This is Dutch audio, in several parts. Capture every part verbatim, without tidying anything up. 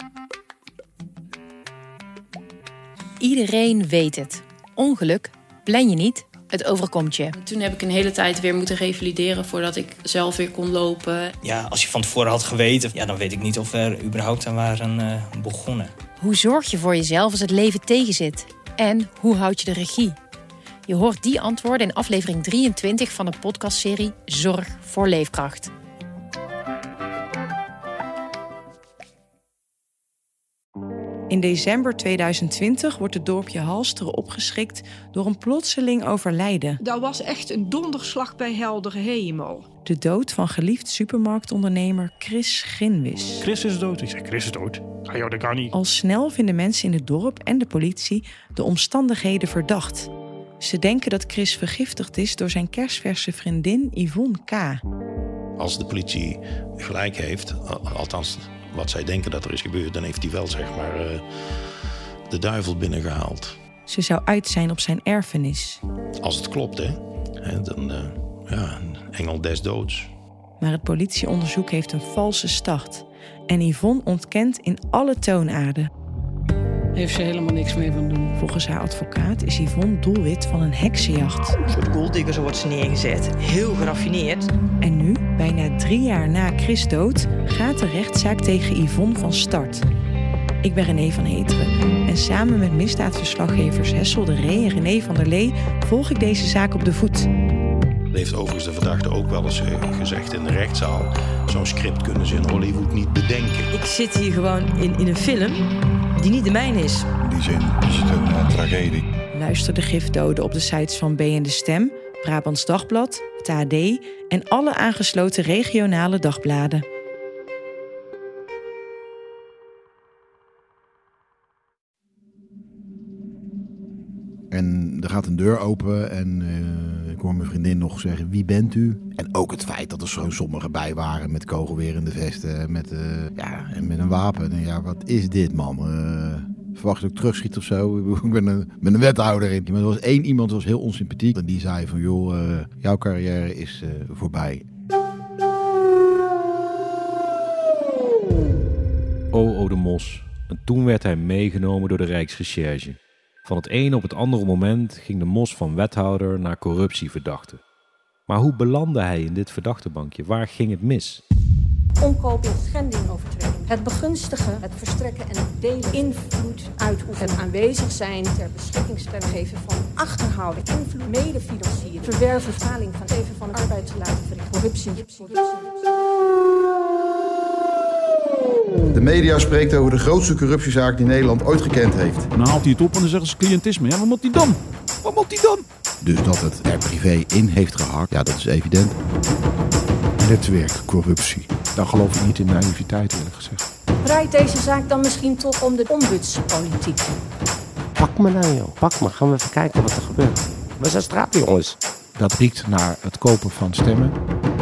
Iedereen weet het. Ongeluk plan je niet, het overkomt je. Toen heb ik een hele tijd weer moeten revalideren voordat ik zelf weer kon lopen. Ja, als je van tevoren had geweten, ja, dan weet ik niet of we er überhaupt aan waren uh, begonnen. Hoe zorg je voor jezelf als het leven tegenzit? En hoe houd je de regie? Je hoort die antwoorden in aflevering drieëntwintig van de podcastserie Zorg voor Leefkracht. In december tweeduizend twintig wordt het dorpje Halsteren opgeschrikt door een plotseling overlijden. Dat was echt een donderslag bij heldere hemel. De dood van geliefd supermarktondernemer Chris Ginwis. Chris is dood. Ik zeg, Chris is dood. Ah, joh, dat kan niet. Al snel vinden mensen in het dorp en de politie de omstandigheden verdacht. Ze denken dat Chris vergiftigd is door zijn kersverse vriendin Yvonne K. Als de politie gelijk heeft, althans wat zij denken dat er is gebeurd, dan heeft hij wel zeg maar uh, de duivel binnengehaald. Ze zou uit zijn op zijn erfenis. Als het klopt, hè, hè dan uh, ja, een engel des doods. Maar het politieonderzoek heeft een valse start. En Yvonne ontkent in alle toonaarden. Heeft ze helemaal niks mee van doen. Volgens haar advocaat is Yvonne doelwit van een heksenjacht. Een soort golddigger, zo wordt ze neergezet. Heel geraffineerd. En nu, bijna drie jaar na Chris' dood, gaat de rechtszaak tegen Yvonne van start. Ik ben René van Heteren en samen met misdaadverslaggevers Hessel de Ree en René van der Lee volg ik deze zaak op de voet. Dat heeft overigens de verdachte ook wel eens gezegd in de rechtszaal. Zo'n script kunnen ze in Hollywood niet bedenken. Ik zit hier gewoon in, in een film die niet de mijne is. In die zin is het een uh, tragedie. Luister de gifdoden op de sites van B en De Stem, Brabants Dagblad, het A D en alle aangesloten regionale dagbladen. En er gaat een deur open en uh, ik hoor mijn vriendin nog zeggen, wie bent u? En ook het feit dat er zo sommigen bij waren met kogelwerende vesten met, uh, ja, en met een wapen. En ja, wat is dit, man? Uh, verwacht dat ik terugschiet of zo? Ik ben een, ben een wethouder in. Maar er was één iemand die was heel onsympathiek. En die zei van, joh, uh, jouw carrière is uh, voorbij. O. O. de Mos. En toen werd hij meegenomen door de Rijksrecherche. Van het ene op het andere moment ging de Mos van wethouder naar corruptieverdachte. Maar hoe belandde hij in dit verdachtebankje? Waar ging het mis? Omkoop in schendingovertreding. Het begunstigen, het verstrekken en het delen. Invloed uitoefenen. Het aanwezig zijn, ter beschikking stellen geven van achterhouden. Invloed, medefinancieren. Verwerven, vertaling van even van arbeid te laten verrichten. Corruptie. De media spreekt over de grootste corruptiezaak die Nederland ooit gekend heeft. En dan haalt hij het op en dan zeggen ze cliëntisme. Ja, wat moet hij dan? Wat moet hij dan? Dus dat het er privé in heeft gehakt, ja, dat is evident. Netwerkcorruptie. Dan geloof ik niet in naïviteit, eerlijk gezegd. Draait deze zaak dan misschien toch om de ombudspolitiek? Pak me nou, joh. Pak me. Gaan we even kijken wat er gebeurt. We zijn straatjongens. Dat riekt naar het kopen van stemmen.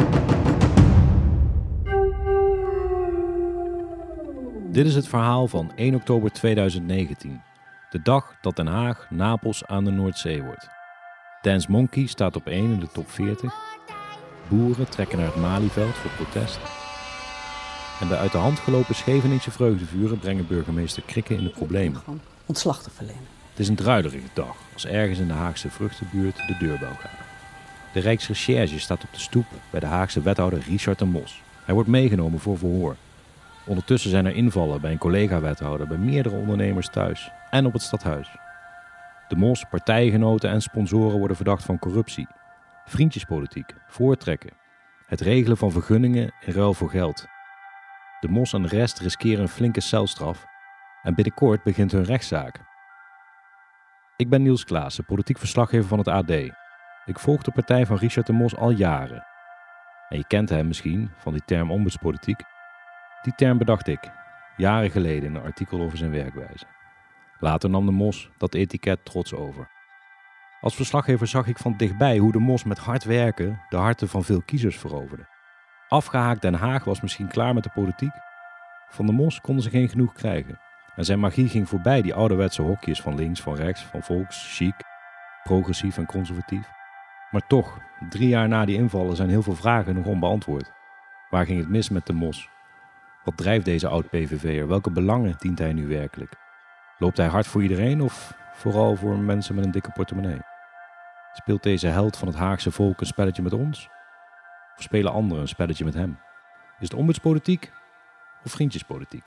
Dit is het verhaal van één oktober tweeduizend negentien. De dag dat Den Haag Napels aan de Noordzee wordt. Dance Monkey staat op één in de top veertig. Boeren trekken naar het Malieveld voor protest. En de uit de hand gelopen Scheveningse vreugdevuren brengen burgemeester Krikke in de problemen. Ontslag te verlenen. Het is een druilerige dag als ergens in de Haagse vruchtenbuurt de deurbel gaat. De Rijksrecherche staat op de stoep bij de Haagse wethouder Richard de Mos. Hij wordt meegenomen voor verhoor. Ondertussen zijn er invallen bij een collega-wethouder, bij meerdere ondernemers thuis en op het stadhuis. De Mos, partijgenoten en sponsoren worden verdacht van corruptie, vriendjespolitiek, voortrekken, het regelen van vergunningen in ruil voor geld. De Mos en de rest riskeren een flinke celstraf en binnenkort begint hun rechtszaak. Ik ben Niels Klaassen, politiek verslaggever van het A D. Ik volg de partij van Richard de Mos al jaren. En je kent hem misschien van die term ombudspolitiek. Die term bedacht ik, jaren geleden in een artikel over zijn werkwijze. Later nam de Mos dat etiket trots over. Als verslaggever zag ik van dichtbij hoe de Mos met hard werken de harten van veel kiezers veroverde. Afgehaakt Den Haag was misschien klaar met de politiek. Van de Mos konden ze geen genoeg krijgen. En zijn magie ging voorbij die ouderwetse hokjes van links, van rechts, van volks, chic, progressief en conservatief. Maar toch, drie jaar na die invallen zijn heel veel vragen nog onbeantwoord. Waar ging het mis met de Mos? Wat drijft deze oud-P V V'er? Welke belangen dient hij nu werkelijk? Loopt hij hard voor iedereen of vooral voor mensen met een dikke portemonnee? Speelt deze held van het Haagse volk een spelletje met ons? Of spelen anderen een spelletje met hem? Is het ombudspolitiek of vriendjespolitiek?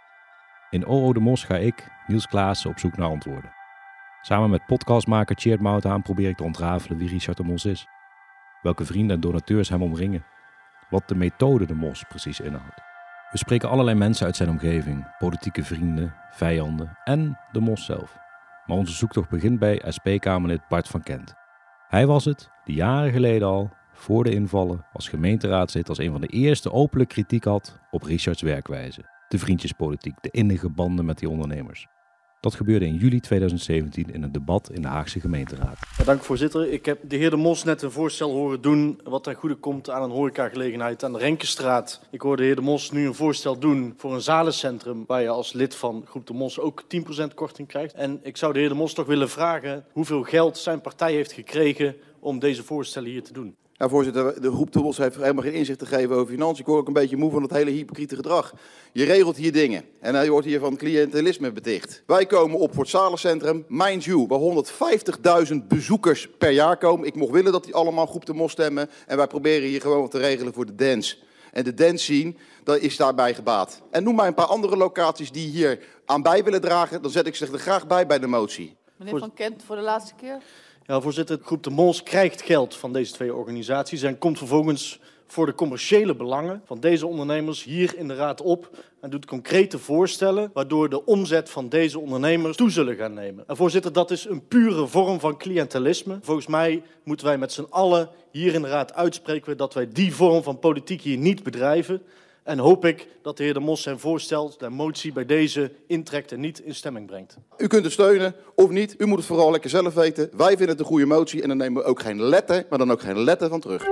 In O O de Mos ga ik, Niels Klaassen, op zoek naar antwoorden. Samen met podcastmaker Tjeerd Mouthaan probeer ik te ontrafelen wie Richard de Mos is. Welke vrienden en donateurs hem omringen. Wat de methode de Mos precies inhoudt. We spreken allerlei mensen uit zijn omgeving. Politieke vrienden, vijanden en de Mos zelf. Maar onze zoektocht begint bij S P-Kamerlid Bart van Kent. Hij was het, die jaren geleden al, voor de invallen, als gemeenteraadslid als een van de eerste openlijk kritiek had op Richards werkwijze. De vriendjespolitiek, de innige banden met die ondernemers. Dat gebeurde in juli tweeduizend zeventien in een debat in de Haagse gemeenteraad. Ja, dank voorzitter. Ik heb de heer De Mos net een voorstel horen doen wat ten goede komt aan een horecagelegenheid aan de Renkenstraat. Ik hoor de heer De Mos nu een voorstel doen voor een zalencentrum waar je als lid van Groep De Mos ook tien procent korting krijgt. En ik zou de heer De Mos toch willen vragen hoeveel geld zijn partij heeft gekregen om deze voorstellen hier te doen. Ja, voorzitter, de Groep De Mos heeft helemaal geen inzicht te geven over financiën. Ik word ook een beetje moe van het hele hypocriete gedrag. Je regelt hier dingen en je wordt hier van cliëntelisme beticht. Wij komen op voor het zalencentrum, mind you, waar honderdvijftigduizend bezoekers per jaar komen. Ik mocht willen dat die allemaal Groep De Mos stemmen. En wij proberen hier gewoon wat te regelen voor de dance. En de dance scene, dat is daarbij gebaat. En noem mij een paar andere locaties die hier aan bij willen dragen. Dan zet ik ze er graag bij bij de motie. Meneer Van Kent, voor de laatste keer. Ja, voorzitter, Groep De Mos krijgt geld van deze twee organisaties en komt vervolgens voor de commerciële belangen van deze ondernemers hier in de raad op en doet concrete voorstellen waardoor de omzet van deze ondernemers toe zullen gaan nemen. En voorzitter, dat is een pure vorm van cliëntelisme. Volgens mij moeten wij met z'n allen hier in de raad uitspreken dat wij die vorm van politiek hier niet bedrijven. En hoop ik dat de heer De Mos zijn voorstel, de motie bij deze intrekt en niet in stemming brengt. U kunt het steunen of niet. U moet het vooral lekker zelf weten. Wij vinden het een goede motie en dan nemen we ook geen letter, maar dan ook geen letter van terug.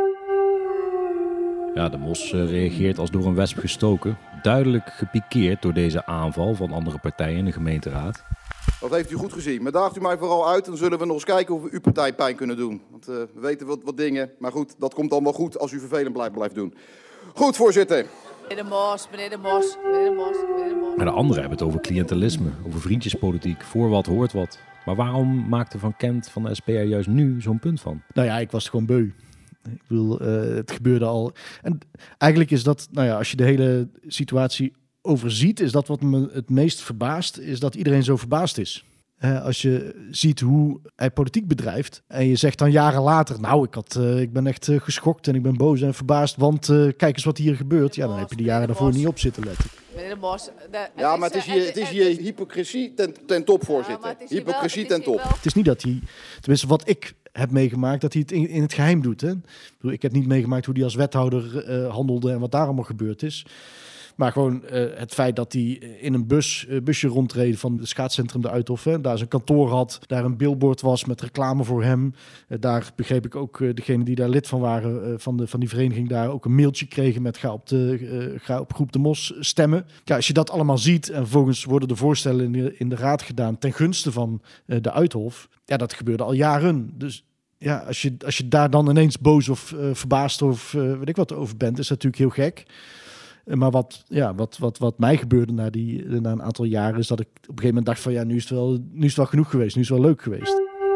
Ja, De Mos uh, reageert als door een wesp gestoken. Duidelijk gepikeerd door deze aanval van andere partijen in de gemeenteraad. Dat heeft u goed gezien. Maar daagt u mij vooral uit, dan zullen we nog eens kijken of we uw partij pijn kunnen doen. Want uh, we weten wat, wat dingen, maar goed, dat komt dan wel goed als u vervelend blijft, blijft doen. Goed, voorzitter. Meneer De Mos, meneer De Mos, meneer De Mos, meneer De Mos. Maar de anderen hebben het over cliëntelisme, over vriendjespolitiek, voor wat hoort wat. Maar waarom maakte Van Kent van de S P er juist nu zo'n punt van? Nou ja, ik was gewoon beu. Ik bedoel, uh, het gebeurde al. En eigenlijk is dat, nou ja, als je de hele situatie overziet, is dat wat me het meest verbaast, is dat iedereen zo verbaasd is. Uh, als je ziet hoe hij politiek bedrijft en je zegt dan jaren later, nou, ik, had, uh, ik ben echt uh, geschokt en ik ben boos en verbaasd, want uh, kijk eens wat hier gebeurt. Ja, dan heb je die jaren daarvoor niet op zitten letten. Meneer De Mos, de, ja, maar het is hier, het is hier hypocrisie ten, ten top, voorzitter. Ja, hypocrisie ten top. Het is niet dat hij, tenminste wat ik heb meegemaakt, dat hij het in, in het geheim doet. Hè? Ik bedoel, ik heb niet meegemaakt hoe hij als wethouder uh, handelde en wat daar allemaal gebeurd is. Maar gewoon uh, het feit dat hij in een bus, uh, busje rondreed van het schaatscentrum de Uithof. Hè, daar zijn kantoor had, daar een billboard was met reclame voor hem. Uh, daar begreep ik ook, uh, degene die daar lid van waren, uh, van, de, van die vereniging, daar ook een mailtje kregen met ga op, de, uh, ga op Groep De Mos stemmen. Ja, als je dat allemaal ziet en vervolgens worden de voorstellen in de, in de raad gedaan ten gunste van uh, de Uithof. Ja, dat gebeurde al jaren. Dus ja, als je, als je daar dan ineens boos of uh, verbaasd of uh, weet ik wat over bent, is dat natuurlijk heel gek. Maar wat, ja, wat, wat, wat mij gebeurde na, die, na een aantal jaren is dat ik op een gegeven moment dacht van ja, nu is het wel, nu is het wel genoeg geweest. Nu is het wel leuk geweest.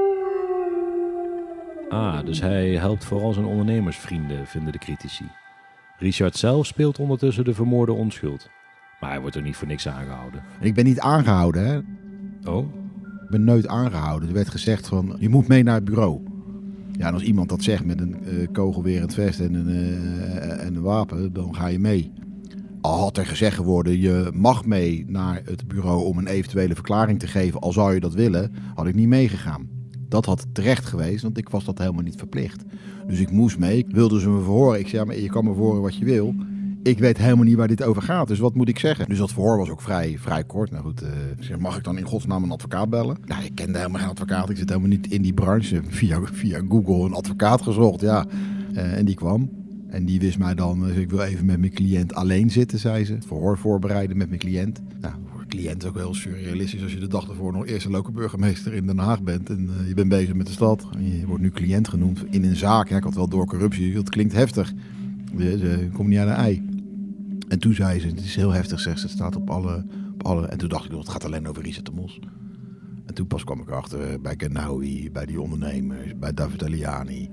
Ah, dus hij helpt vooral zijn ondernemersvrienden, vinden de critici. Richard zelf speelt ondertussen de vermoorde onschuld. Maar hij wordt er niet voor niks aangehouden. Ik ben niet aangehouden, hè? Oh? Ik ben nooit aangehouden. Er werd gezegd van, je moet mee naar het bureau. Ja, en als iemand dat zegt met een uh, kogelwerend vest en een, uh, en een wapen, dan ga je mee. Al had er gezegd geworden, je mag mee naar het bureau om een eventuele verklaring te geven, al zou je dat willen, had ik niet meegegaan. Dat had terecht geweest, want ik was dat helemaal niet verplicht. Dus ik moest mee. Ik wilde ze me verhoren. Ik zei, ja, maar je kan me verhoren wat je wil. Ik weet helemaal niet waar dit over gaat, dus wat moet ik zeggen? Dus dat verhoor was ook vrij, vrij kort. Nou goed, uh, zeg, mag ik dan in godsnaam een advocaat bellen? Nou, ik kende helemaal geen advocaat. Ik zit helemaal niet in die branche. Via, via Google een advocaat gezocht, ja. Uh, en die kwam. En die wist mij dan, uh, ik wil even met mijn cliënt alleen zitten, zei ze. Het verhoor voorbereiden met mijn cliënt. Nou, voor een cliënt is ook heel surrealistisch als je de dag ervoor nog eerst een lokale burgemeester in Den Haag bent. En uh, je bent bezig met de stad. En je wordt nu cliënt genoemd in een zaak. Ja, ik had wel door corruptie, dat klinkt heftig. Dus uh, ik kom niet aan de ei. En toen zei ze, het is heel heftig, zegt ze, het staat op alle, op alle... En toen dacht ik, het gaat alleen over Richard de Mos. En toen pas kwam ik achter bij Genawi, bij die ondernemers, bij David Aliani.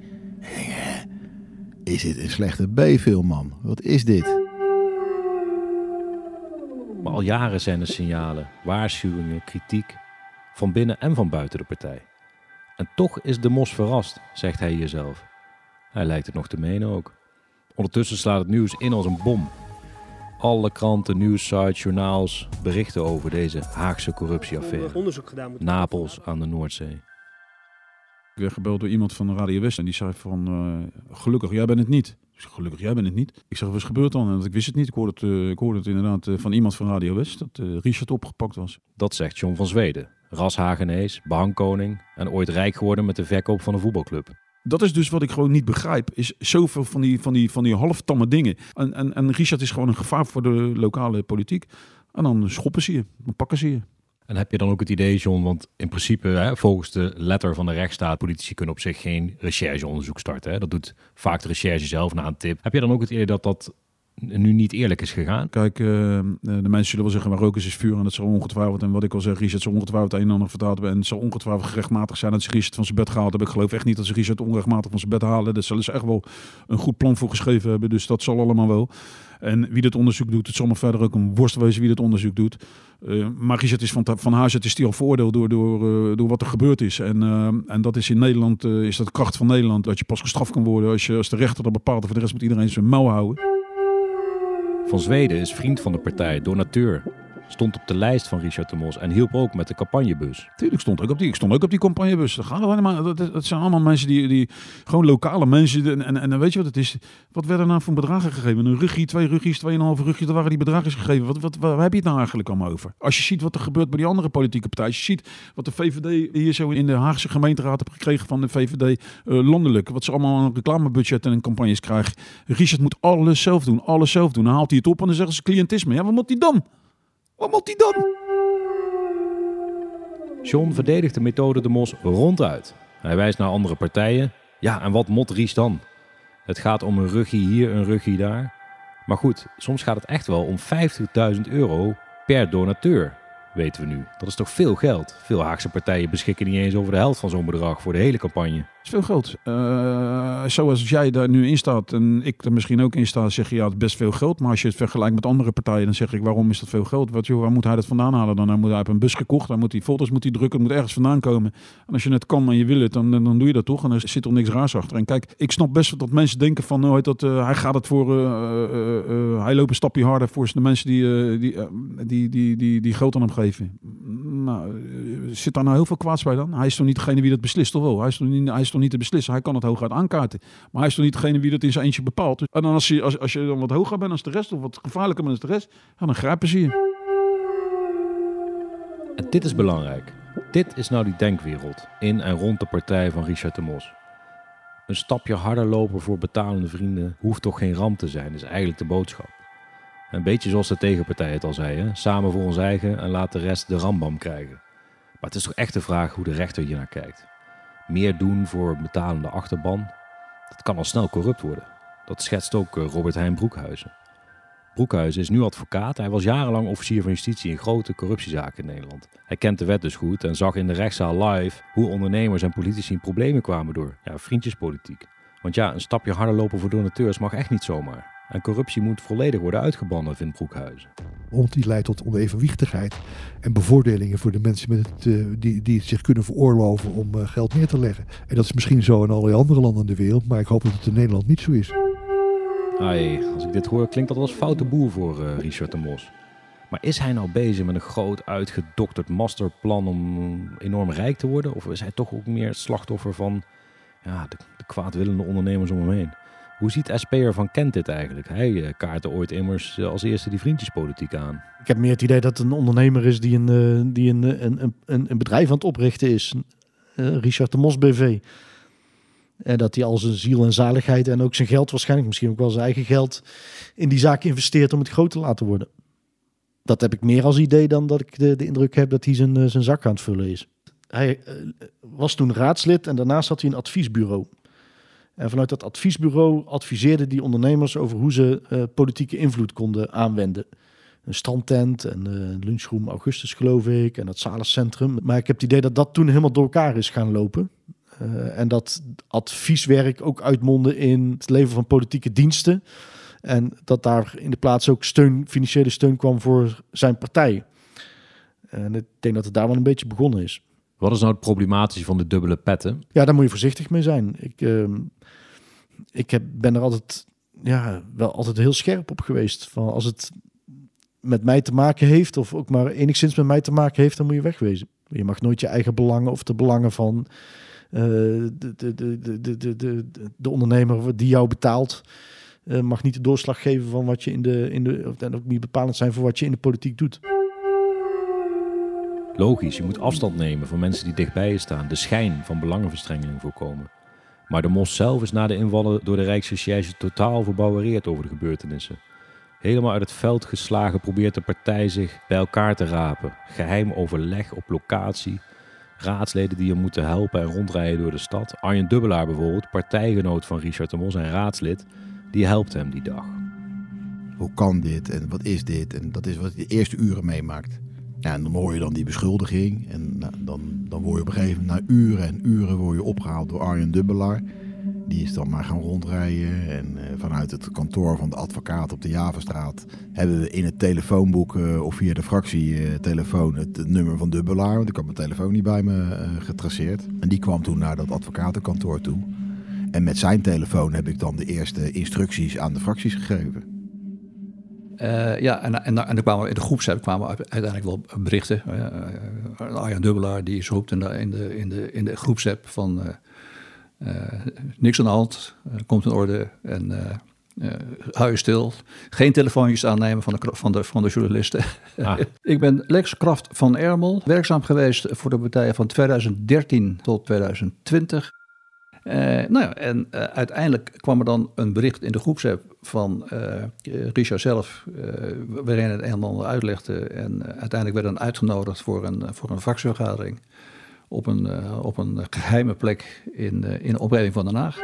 Is dit een slechte B-film, man? Wat is dit? Maar al jaren zijn er signalen, waarschuwingen, kritiek, van binnen en van buiten de partij. En toch is de Mos verrast, zegt hij hier zelf. Hij lijkt het nog te menen ook. Ondertussen slaat het nieuws in als een bom. Alle kranten, nieuwssites, journaals berichten over deze Haagse corruptieaffaire. Onderzoek gedaan moet Napels aan de Noordzee. Ik werd gebeld door iemand van Radio West en die zei van, uh, gelukkig, jij bent het niet. Ik zeg, gelukkig, jij bent het niet. Ik zeg, wat is gebeurd dan? En ik wist het niet. Ik hoorde het, uh, ik hoorde het inderdaad uh, van iemand van Radio West, dat uh, Richard opgepakt was. Dat zegt John van Zweden, ras Hagenees, behangkoning en ooit rijk geworden met de verkoop van een voetbalclub. Dat is dus wat ik gewoon niet begrijp, is zoveel van die, van die, van die halftamme dingen. En, en, en Richard is gewoon een gevaar voor de lokale politiek. En dan schoppen ze je, dan pakken ze je. En heb je dan ook het idee, John, want in principe, hè, volgens de letter van de rechtsstaat, politici kunnen op zich geen rechercheonderzoek starten. Hè? Dat doet vaak de recherche zelf na een tip. Heb je dan ook het idee dat dat nu niet eerlijk is gegaan? Kijk, uh, de mensen zullen wel zeggen, waar roken is vuur en dat zal ongetwijfeld, en wat ik al zeg, Richard zal ongetwijfeld een en ander vertaald hebben en het zal ongetwijfeld gerechtmatig zijn dat ze Richard van zijn bed gehaald hebben. Ik geloof echt niet dat ze Richard onrechtmatig van zijn bed halen. Daar zullen ze echt wel een goed plan voor geschreven hebben, dus dat zal allemaal wel. En wie dit onderzoek doet, het zal nog verder ook een worst wezen wie dit onderzoek doet. Uh, maar Richard is van, van huis uit is die al veroordeeld door, door, uh, door wat er gebeurd is. En, uh, en dat is in Nederland, uh, is dat de kracht van Nederland, dat je pas gestraft kan worden als, je, als de rechter dat bepaalt. En voor de rest moet iedereen zijn mouw houden. Van Zweden is vriend van de partij, donateur. Stond op de lijst van Richard de Mos en hielp ook met de campagnebus. Tuurlijk, stond ook op die, ik stond ook op die campagnebus. Dat, gaan allemaal, dat, dat zijn allemaal mensen die, die gewoon lokale mensen. En, en, en dan weet je wat het is? Wat werden nou voor bedragen gegeven? Een ruggie, twee ruggies, tweeënhalve ruggies. Daar waren die bedragen gegeven. Wat, wat, waar heb je het nou eigenlijk allemaal over? Als je ziet wat er gebeurt bij die andere politieke partijen. Als je ziet wat de V V D hier zo in de Haagse gemeenteraad heeft gekregen van de V V D uh, landelijk. Wat ze allemaal aan reclamebudgetten en campagnes krijgen. Richard moet alles zelf doen. Alles zelf doen. Dan haalt hij het op en dan zeggen ze cliëntisme. Ja, wat moet hij dan? Wat moet hij dan? John verdedigt de methode de Mos ronduit. Hij wijst naar andere partijen. Ja, en wat mot Ries dan? Het gaat om een ruggie hier, een ruggie daar. Maar goed, soms gaat het echt wel om vijftigduizend euro per donateur, weten we nu. Dat is toch veel geld? Veel Haagse partijen beschikken niet eens over de helft van zo'n bedrag voor de hele campagne. Dat is veel geld. Uh, zoals jij daar nu in staat en ik er misschien ook in sta, zeg je ja, het is best veel geld. Maar als je het vergelijkt met andere partijen, dan zeg ik waarom is dat veel geld? Wat, joh, waar moet hij dat vandaan halen? Dan hij moet hij op een bus gekocht, dan moet hij foto's moet hij drukken, het moet ergens vandaan komen. En als je het kan en je wil het, dan, dan doe je dat toch. En er zit er niks raars achter. En kijk, ik snap best dat mensen denken van, nou, dat, uh, hij gaat het voor, uh, uh, uh, hij loopt een stapje harder voor de mensen die, uh, die, uh, die, die, die, die geld aan hem geven. Nou, zit daar nou heel veel kwaads bij dan? Hij is toch niet degene wie dat beslist, toch wel? Hij is toch niet, hij is toch niet te beslissen? Hij kan het hooguit aankaarten. Maar hij is toch niet degene wie dat in zijn eentje bepaalt? En dan als je, als, als je dan wat hoger bent als de rest, of wat gevaarlijker bent als de rest, ja, dan grijpen ze je. En dit is belangrijk. Dit is nou die denkwereld in en rond de partij van Richard de Mos. Een stapje harder lopen voor betalende vrienden hoeft toch geen ramp te zijn, is eigenlijk de boodschap. Een beetje zoals de tegenpartij het al zei, hè? Samen voor ons eigen en laat de rest de rambam krijgen. Maar het is toch echt de vraag hoe de rechter hier naar kijkt. Meer doen voor betalende achterban, dat kan al snel corrupt worden. Dat schetst ook Robert Hein Broekhuizen. Broekhuizen is nu advocaat. Hij was jarenlang officier van justitie in grote corruptiezaken in Nederland. Hij kent de wet dus goed en zag in de rechtszaal live hoe ondernemers en politici in problemen kwamen door ja, vriendjespolitiek. Want ja, een stapje harder lopen voor donateurs mag echt niet zomaar. En corruptie moet volledig worden uitgebannen, vindt Broekhuizen. Want die leidt tot onevenwichtigheid en bevoordelingen voor de mensen met het, uh, die, die het zich kunnen veroorloven om uh, geld neer te leggen. En dat is misschien zo in allerlei andere landen in de wereld, maar ik hoop dat het in Nederland niet zo is. Ai, als ik dit hoor, klinkt dat als foute boel voor uh, Richard de Mos. Maar is hij nou bezig met een groot uitgedokterd masterplan om enorm rijk te worden? Of is hij toch ook meer het slachtoffer van ja, de, de kwaadwillende ondernemers om hem heen? Hoe ziet S P'er van Kent dit eigenlijk? Hij uh, kaartte ooit immers uh, als eerste die vriendjespolitiek aan. Ik heb meer het idee dat het een ondernemer is die een, uh, die een, een, een, een bedrijf aan het oprichten is. Uh, Richard de Mos B V. En dat hij al zijn ziel en zaligheid en ook zijn geld waarschijnlijk, misschien ook wel zijn eigen geld, in die zaak investeert om het groot te laten worden. Dat heb ik meer als idee dan dat ik de, de indruk heb dat hij zijn, uh, zijn zak aan het vullen is. Hij uh, was toen raadslid en daarnaast had hij een adviesbureau. En vanuit dat adviesbureau adviseerden die ondernemers over hoe ze uh, politieke invloed konden aanwenden. Een strandtent en uh, lunchroom Augustus, geloof ik, en het Salencentrum. Maar ik heb het idee dat dat toen helemaal door elkaar is gaan lopen. Uh, en dat advieswerk ook uitmondde in het leveren van politieke diensten. En dat daar in de plaats ook steun, financiële steun kwam voor zijn partij. En ik denk dat het daar wel een beetje begonnen is. Wat is nou het problematische van de dubbele petten? Ja, daar moet je voorzichtig mee zijn. Ik, uh, ik heb, ben er altijd, ja, wel altijd heel scherp op geweest. Van als het met mij te maken heeft, of ook maar enigszins met mij te maken heeft, dan moet je wegwezen. Je mag nooit je eigen belangen of de belangen van uh, de, de, de, de, de, de, de ondernemer die jou betaalt, uh, mag niet de doorslag geven van wat je in de, in de, of dan ook niet bepalend zijn voor wat je in de politiek doet. Logisch, je moet afstand nemen van mensen die dichtbij je staan, de schijn van belangenverstrengeling voorkomen. Maar de Mos zelf is na de invallen door de Rijksrecherche totaal verbouwereerd over de gebeurtenissen. Helemaal uit het veld geslagen probeert de partij zich bij elkaar te rapen. Geheim overleg op locatie, raadsleden die hem moeten helpen en rondrijden door de stad. Arjen Dubbelaar bijvoorbeeld, partijgenoot van Richard de Mos en raadslid, die helpt hem die dag. Hoe kan dit en wat is dit? En dat is wat je de eerste uren meemaakt. Ja, en dan hoor je dan die beschuldiging en nou, dan, dan word je op een gegeven moment na uren en uren word je opgehaald door Arjen Dubbelaar. Die is dan maar gaan rondrijden en uh, vanuit het kantoor van de advocaat op de Javastraat hebben we in het telefoonboek uh, of via de fractietelefoon uh, het, het nummer van Dubbelaar. Want ik had mijn telefoon niet bij me uh, getraceerd. En die kwam toen naar dat advocatenkantoor toe. En met zijn telefoon heb ik dan de eerste instructies aan de fracties gegeven. Uh, ja, en, en, en er kwamen in de groepsapp kwamen uiteindelijk wel berichten. Uh, uh, Arjen Dubbelaar die roept in de, in de, in de, in de groepsapp van uh, uh, niks aan de hand, uh, komt in orde en uh, uh, hou je stil. Geen telefoontjes aannemen van de, van de, van de journalisten. Ah. Ik ben Lex Kraft van Ermel, werkzaam geweest voor de partij van tweeduizend dertien tot tweeduizend twintig. Uh, nou ja, en uh, uiteindelijk kwam er dan een bericht in de groepsapp van uh, Richard zelf, uh, waarin het helemaal uitlegde. En uh, uiteindelijk werd dan uitgenodigd voor een, voor een fractievergadering op een, uh, op een geheime plek in, uh, in de omgeving van Den Haag.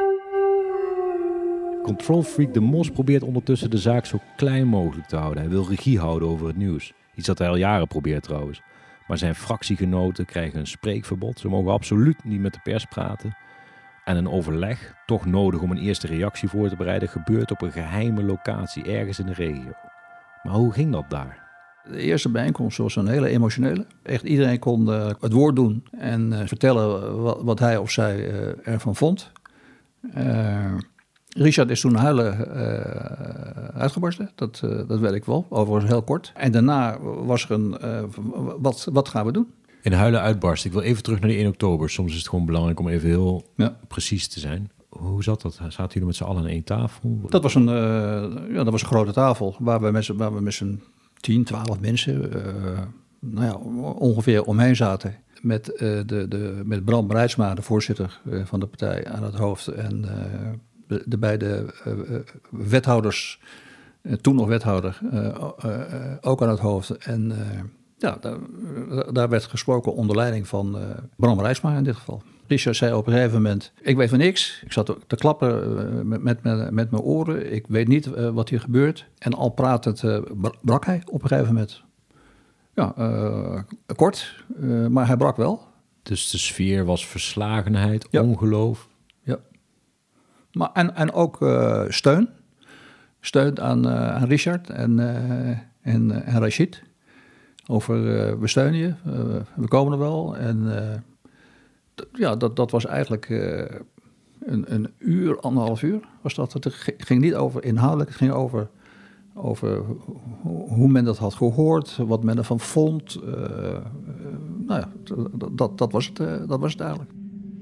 Controlfreak de Mos probeert ondertussen de zaak zo klein mogelijk te houden. Hij wil regie houden over het nieuws. Iets dat hij al jaren probeert trouwens. Maar zijn fractiegenoten krijgen een spreekverbod. Ze mogen absoluut niet met de pers praten. En een overleg, toch nodig om een eerste reactie voor te bereiden, gebeurt op een geheime locatie ergens in de regio. Maar hoe ging dat daar? De eerste bijeenkomst was een hele emotionele. Echt iedereen kon uh, het woord doen en uh, vertellen wat, wat hij of zij uh, ervan vond. Uh, Richard is toen huilen uh, uitgebarsten, dat, uh, dat weet ik wel, overigens heel kort. En daarna was er een, uh, wat, wat gaan we doen? In huilen uitbarst. Ik wil even terug naar die één oktober. Soms is het gewoon belangrijk om even heel ja. precies te zijn. Hoe zat dat? Zaten jullie met z'n allen aan één tafel? Dat was een, uh, ja, dat was een grote tafel waar we met z'n, waar we met z'n tien, twaalf mensen uh, nou ja, ongeveer omheen zaten. Met, uh, de, de, met Bram Breitsma, de voorzitter uh, van de partij, aan het hoofd. En uh, de, de beide uh, wethouders, uh, toen nog wethouder, uh, uh, uh, ook aan het hoofd. En... Uh, Ja, daar, daar werd gesproken onder leiding van uh, Bram Reitsma in dit geval. Richard zei op een gegeven moment, ik weet van niks. Ik zat te klappen uh, met, met, met, met mijn oren. Ik weet niet uh, wat hier gebeurt. En al pratend uh, brak hij op een gegeven moment. Ja, uh, kort, uh, maar hij brak wel. Dus de sfeer was verslagenheid, ja. ongeloof. Ja. Maar, en, en ook uh, steun. Steun aan, uh, aan Richard en, uh, en, uh, en Rachid. Over, uh, we steunen je, uh, we komen er wel. En uh, d- ja, dat, dat was eigenlijk uh, een, een uur, anderhalf uur was dat. Het ging niet over inhoudelijk, het ging over, over hoe men dat had gehoord, wat men ervan vond. Uh, uh, nou ja, dat, dat, dat, was het, uh, dat was het eigenlijk.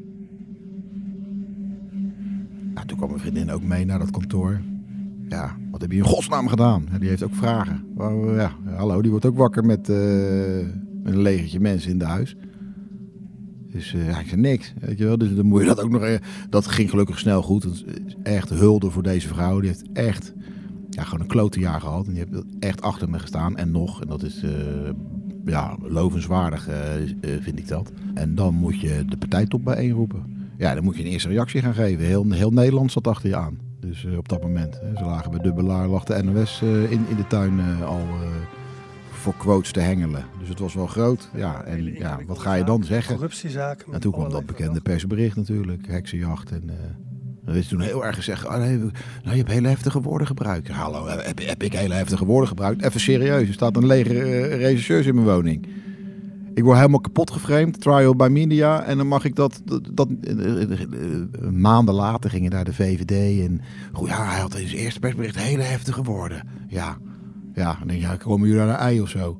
Ja, toen kwam mijn vriendin ook mee naar dat kantoor. Ja, wat heb je in godsnaam gedaan? Ja, die heeft ook vragen. Oh, ja, hallo, die wordt ook wakker met, uh, met een legertje mensen in de huis. Dus uh, ja, ik zei niks. Weet je wel? Dus dan moet je dat ook nog... Uh, dat ging gelukkig snel goed. Het is echt hulde voor deze vrouw. Die heeft echt ja, gewoon een klote jaar gehad. En die heeft echt achter me gestaan. En nog. En dat is uh, ja, lovenswaardig, uh, uh, vind ik dat. En dan moet je de partijtop bijeenroepen. Ja, dan moet je een eerste reactie gaan geven. Heel, heel Nederland zat achter je aan. Dus uh, op dat moment. Hè, ze lagen bij Dubbelaar, lag de N O S uh, in, in de tuin uh, al uh, voor quotes te hengelen. Dus het was wel groot. Ja, en ja, wat ga je dan zeggen? Corruptiezaken. En toen kwam dat bekende persbericht natuurlijk. Heksenjacht. En uh, dat is toen heel erg gezegd. Oh, nee, nou, je hebt hele heftige woorden gebruikt. Hallo, heb, heb ik hele heftige woorden gebruikt? Even serieus. Er staat een leger uh, regisseurs in mijn woning. Ik word helemaal kapot geframed, trial by media. En dan mag ik dat... dat, dat uh, uh, uh, maanden later gingen daar de V V D. En goed, ja, hij had in zijn eerste persbericht hele heftige woorden. Ja, ja. Dan denk je, ja, komen jullie naar een ei of zo?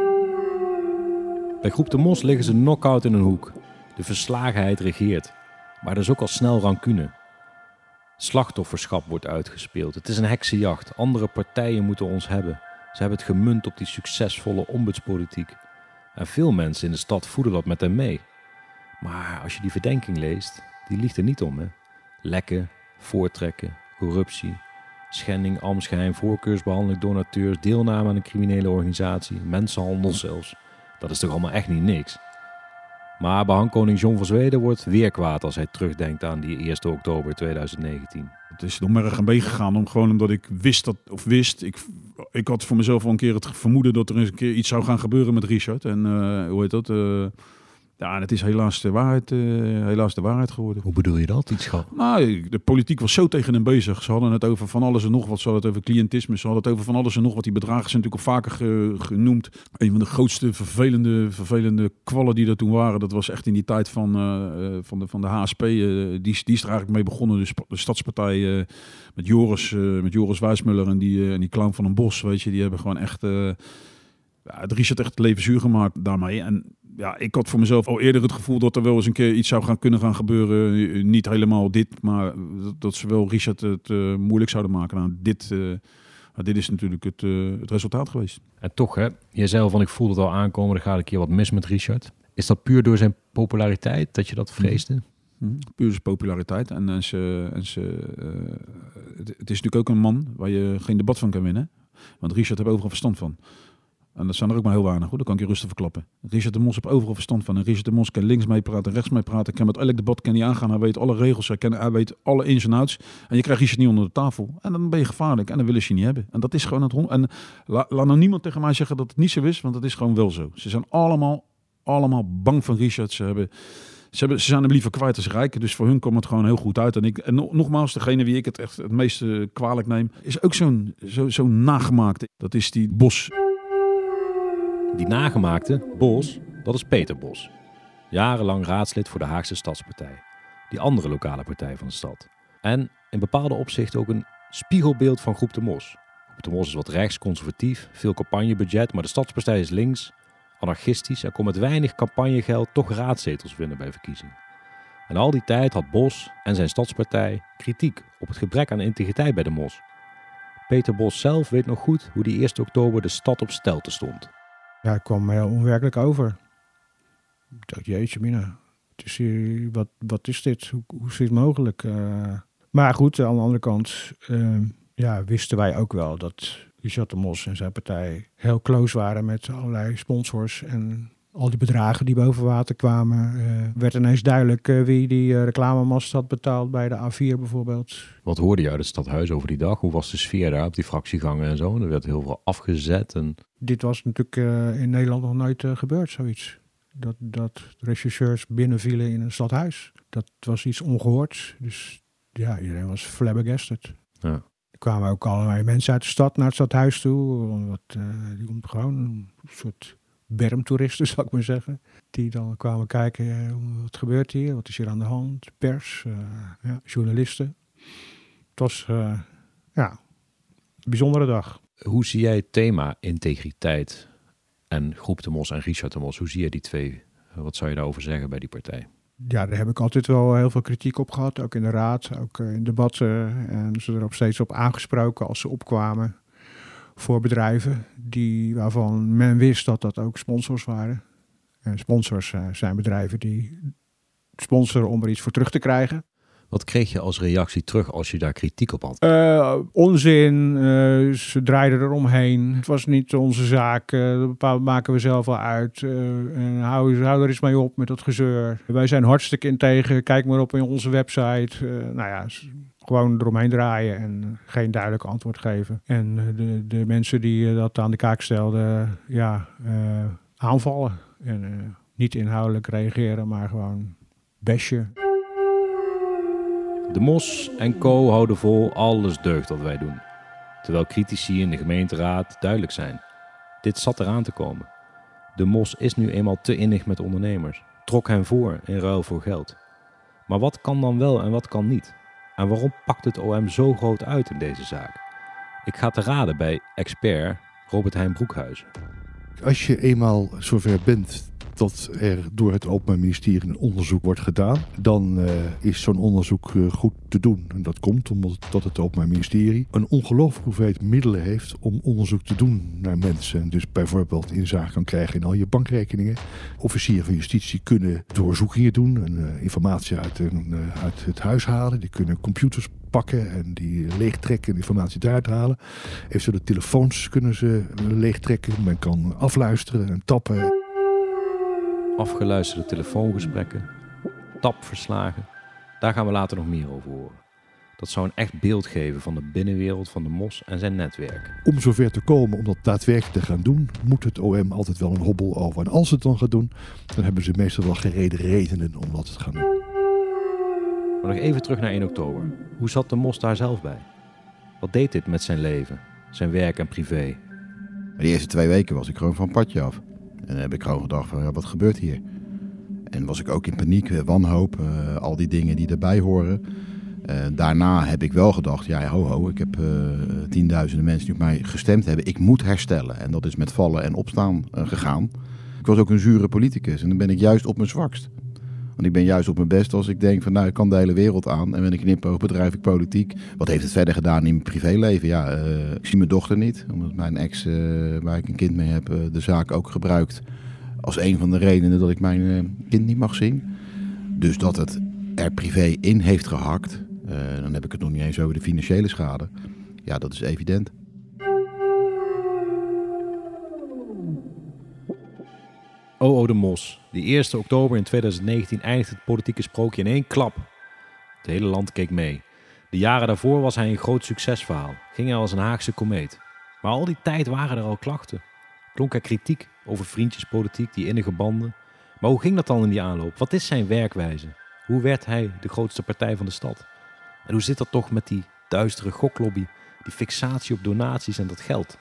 Bij Groep de Mos liggen ze knock-out in een hoek. De verslagenheid regeert. Maar er is ook al snel rancune. Slachtofferschap wordt uitgespeeld. Het is een heksenjacht. Andere partijen moeten ons hebben. Ze hebben het gemunt op die succesvolle ombudspolitiek. En veel mensen in de stad voelen dat met hem mee. Maar als je die verdenking leest, die liegt er niet om. Hè? Lekken, voortrekken, corruptie, schending, ambtsgeheim, voorkeursbehandeling, donateurs, deelname aan een criminele organisatie, mensenhandel zelfs. Dat is toch allemaal echt niet niks. Maar behangkoning John van Zweden wordt weer kwaad als hij terugdenkt aan die eerste oktober tweeduizend negentien. Het is door merg en been gegaan, om, gewoon omdat ik wist dat, of wist, ik, ik had voor mezelf al een keer het vermoeden dat er eens een keer iets zou gaan gebeuren met Richard. En uh, hoe heet dat? Uh, ja, en het is helaas de waarheid, uh, helaas de waarheid geworden. Hoe bedoel je dat? Iets gehad? Nou, de politiek was zo tegen hem bezig. Ze hadden het over van alles en nog wat. Ze hadden het over cliëntisme. Ze hadden het over van alles en nog wat. Die bedragen zijn natuurlijk al vaker ge, genoemd. Een van de grootste vervelende, vervelende kwallen die er toen waren. Dat was echt in die tijd van, uh, van, de, van de H S P. Uh, die, die is er eigenlijk mee begonnen. Dus de Stadspartij uh, met Joris, uh, met Joris Wijsmuller en die, uh, en die clown van een Bos. Weet je, die hebben gewoon echt... Uh, ja, het Richard echt het leven zuur gemaakt daarmee. En ja, ik had voor mezelf al eerder het gevoel dat er wel eens een keer iets zou gaan kunnen gaan gebeuren. Niet helemaal dit, maar dat ze wel Richard het uh, moeilijk zouden maken. Nou, dit, uh, dit is natuurlijk het, uh, het resultaat geweest. En toch, hè, je zei al van ik voel het al aankomen, er gaat een keer wat mis met Richard. Is dat puur door zijn populariteit dat je dat vreesde? Mm-hmm. Puur zijn populariteit. En, en, ze, en ze, uh, het, het is natuurlijk ook een man waar je geen debat van kan winnen. Want Richard heeft overal verstand van. En dat zijn er ook maar heel weinig, hoor. Dat kan ik je rustig verklappen. Richard de Mos heeft overal verstand van. En Richard de Mos kan links mee praten, rechts mee praten. Kan met elk debat kan hij aangaan. Hij weet alle regels, hij, kan, hij weet alle ins en outs. En je krijgt Richard niet onder de tafel. En dan ben je gevaarlijk. En dan willen ze je niet hebben. En dat is gewoon het rond. En la, laat nou niemand tegen mij zeggen dat het niet zo is, want het is gewoon wel zo. Ze zijn allemaal, allemaal bang van Richard. Ze hebben... Ze, hebben, ze zijn hem liever kwijt als rijk. Dus voor hun komt het gewoon heel goed uit. En, ik, en nogmaals, degene wie ik het echt het meeste kwalijk neem, is ook zo'n zo, zo'n nagemaakte. Dat is die Bos. Die nagemaakte, Bos, dat is Peter Bos. Jarenlang raadslid voor de Haagse Stadspartij. Die andere lokale partij van de stad. En in bepaalde opzichten ook een spiegelbeeld van Groep de Mos. Groep de Mos is wat rechts, conservatief, veel campagnebudget. Maar de Stadspartij is links, anarchistisch en kon met weinig campagnegeld toch raadzetels winnen bij verkiezingen. En al die tijd had Bos en zijn Stadspartij kritiek op het gebrek aan integriteit bij de Mos. Peter Bos zelf weet nog goed hoe die eerste oktober de stad op stelten stond. Ja, ik kwam heel onwerkelijk over. Ik dacht, jeetje mina, het is hier, wat, wat is dit? Hoe, hoe is dit mogelijk? Uh, maar goed, aan de andere kant uh, ja, wisten wij ook wel dat Richard de Mos en zijn partij heel close waren met allerlei sponsors. En al die bedragen die boven water kwamen, uh, werd ineens duidelijk uh, wie die uh, reclamemast had betaald bij de A vier bijvoorbeeld. Wat hoorde je uit het stadhuis over die dag? Hoe was de sfeer daar op die fractiegangen en zo? Er werd heel veel afgezet. En... Dit was natuurlijk uh, in Nederland nog nooit uh, gebeurd, zoiets. Dat, dat rechercheurs binnenvielen in een stadhuis. Dat was iets ongehoords. Dus ja, iedereen was flabbergasted. Ja. Er kwamen ook allerlei mensen uit de stad naar het stadhuis toe. Wat, uh, die komt gewoon een soort bermtoeristen, zou ik maar zeggen. Die dan kwamen kijken, uh, wat gebeurt hier? Wat is hier aan de hand? Pers, uh, ja, journalisten. Het was uh, ja, een bijzondere dag. Hoe zie jij het thema integriteit en Groep de Mos en Richard de Mos? Hoe zie je die twee? Wat zou je daarover zeggen bij die partij? Ja, daar heb ik altijd wel heel veel kritiek op gehad. Ook in de raad, ook in debatten. En ze er op steeds op aangesproken als ze opkwamen voor bedrijven die, waarvan men wist dat dat ook sponsors waren. En sponsors uh, zijn bedrijven die sponsoren om er iets voor terug te krijgen. Wat kreeg je als reactie terug als je daar kritiek op had? Uh, onzin, uh, ze draaiden eromheen. Het was niet onze zaak, uh, dat maken we zelf wel uit. Uh, en hou, hou er eens mee op met dat gezeur. Wij zijn hartstikke in tegen, kijk maar op in onze website. Uh, nou ja, gewoon eromheen draaien en geen duidelijk antwoord geven. En uh, de, de mensen die uh, dat aan de kaak stelden, ja, uh, aanvallen. En uh, niet inhoudelijk reageren, maar gewoon bashen. De Mos en co houden vol alles deugt wat wij doen. Terwijl critici in de gemeenteraad duidelijk zijn. Dit zat eraan te komen. De Mos is nu eenmaal te innig met ondernemers. Trok hen voor in ruil voor geld. Maar wat kan dan wel en wat kan niet? En waarom pakt het O M zo groot uit in deze zaak? Ik ga te raden bij expert Robert Hein Broekhuizen. Als je eenmaal zover bent dat er door het Openbaar Ministerie een onderzoek wordt gedaan, dan uh, is zo'n onderzoek uh, goed te doen. En dat komt omdat het Openbaar Ministerie een ongelooflijke hoeveelheid middelen heeft om onderzoek te doen naar mensen. En dus bijvoorbeeld inzage kan krijgen in al je bankrekeningen. Officieren van justitie kunnen doorzoekingen doen en uh, informatie uit, uh, uit het huis halen. Die kunnen computers pakken en die leegtrekken en informatie daaruit halen. Eventueel de telefoons kunnen ze leegtrekken. Men kan afluisteren en tappen. Afgeluisterde telefoongesprekken, tapverslagen, daar gaan we later nog meer over horen. Dat zou een echt beeld geven van de binnenwereld van de Mos en zijn netwerk. Om zover te komen om dat daadwerkelijk te gaan doen, moet het O M altijd wel een hobbel over. En als ze het dan gaat doen, dan hebben ze meestal wel gereden redenen om dat te gaan doen. Maar nog even terug naar één oktober. Hoe zat de Mos daar zelf bij? Wat deed dit met zijn leven, zijn werk en privé? De eerste twee weken was ik gewoon van padje af. En dan heb ik gewoon gedacht van, ja, wat gebeurt hier? En was ik ook in paniek, wanhoop, uh, al die dingen die erbij horen. Uh, daarna heb ik wel gedacht, ja, ho, ho, ik heb uh, tienduizenden mensen die op mij gestemd hebben. Ik moet herstellen. En dat is met vallen en opstaan uh, gegaan. Ik was ook een zure politicus en dan ben ik juist op mijn zwakst. Want ik ben juist op mijn best als ik denk van, nou, ik kan de hele wereld aan. En met een knipoog bedrijf ik politiek. Wat heeft het verder gedaan in mijn privéleven? Ja, uh, ik zie mijn dochter niet. Omdat mijn ex, uh, waar ik een kind mee heb, uh, de zaak ook gebruikt. Als een van de redenen dat ik mijn uh, kind niet mag zien. Dus dat het er privé in heeft gehakt. Uh, dan heb ik het nog niet eens over de financiële schade. Ja, dat is evident. O O de Mos. Die eerste oktober in tweeduizend negentien eindigt het politieke sprookje in één klap. Het hele land keek mee. De jaren daarvoor was hij een groot succesverhaal. Ging hij als een Haagse komeet. Maar al die tijd waren er al klachten. Klonk er kritiek over vriendjespolitiek, die innige banden. Maar hoe ging dat dan in die aanloop? Wat is zijn werkwijze? Hoe werd hij de grootste partij van de stad? En hoe zit dat toch met die duistere goklobby, die fixatie op donaties en dat geld?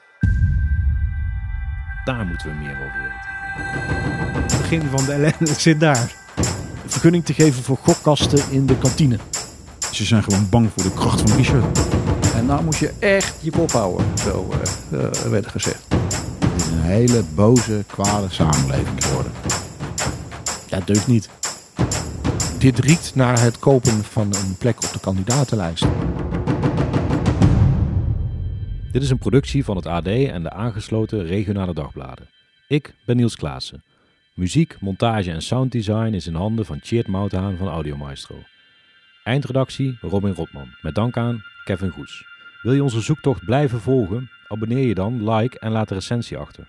Daar moeten we meer over weten. Het begin van de ellende zit daar. Vergunning te geven voor gokkasten in de kantine. Ze zijn gewoon bang voor de kracht van Richard. En nou moet je echt je kop houden, zo uh, uh, werd gezegd. Het is een hele boze, kwade samenleving geworden. Ja, deugt niet. Dit riekt naar het kopen van een plek op de kandidatenlijst. Dit is een productie van het A D en de aangesloten regionale dagbladen. Ik ben Niels Klaassen. Muziek, montage en sounddesign is in handen van Tjeerd Mouthaan van Audio Maestro. Eindredactie Robin Rotman. Met dank aan Kevin Goes. Wil je onze zoektocht blijven volgen? Abonneer je dan, like en laat een recensie achter.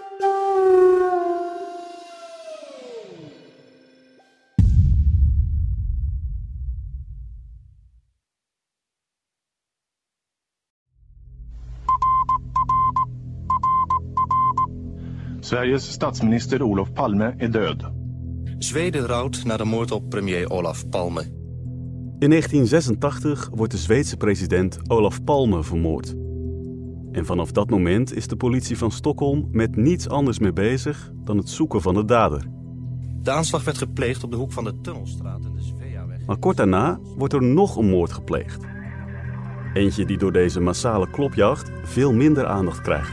Sveriges statsminister Olof Palme är död. Zweden rouwt na de moord op premier Olof Palme. In negentien zesentachtig wordt de Zweedse president Olof Palme vermoord. En vanaf dat moment is de politie van Stockholm met niets anders meer bezig dan het zoeken van de dader. De aanslag werd gepleegd op de hoek van de Tunnelstraat en de Sveaweg. Maar kort daarna wordt er nog een moord gepleegd. Eentje die door deze massale klopjacht veel minder aandacht krijgt.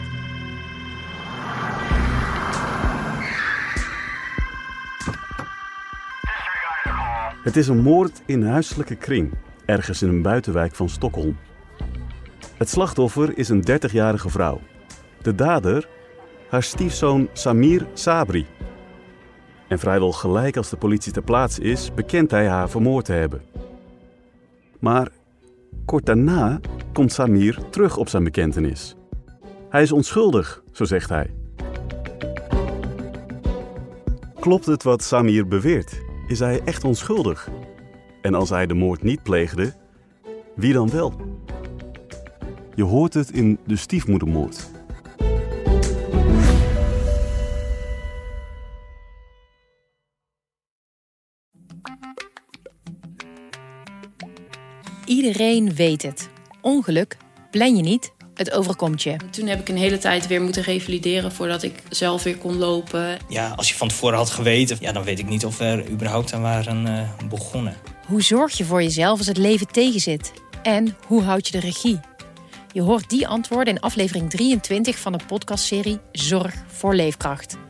Het is een moord in huiselijke kring, ergens in een buitenwijk van Stockholm. Het slachtoffer is een dertigjarige vrouw. De dader, haar stiefzoon Samir Sabri. En vrijwel gelijk als de politie ter plaatse is, bekent hij haar vermoord te hebben. Maar kort daarna komt Samir terug op zijn bekentenis. Hij is onschuldig, zo zegt hij. Klopt het wat Samir beweert? Is hij echt onschuldig? En als hij de moord niet pleegde, wie dan wel? Je hoort het in De Stiefmoedermoord. Iedereen weet het. Ongeluk plan je niet, het overkomt je. Toen heb ik een hele tijd weer moeten revalideren voordat ik zelf weer kon lopen. Ja, als je van tevoren had geweten, ja, dan weet ik niet of we er überhaupt aan waren uh, begonnen. Hoe zorg je voor jezelf als het leven tegenzit? En hoe houd je de regie? Je hoort die antwoorden in aflevering drieëntwintig van de podcastserie Zorg voor Leefkracht.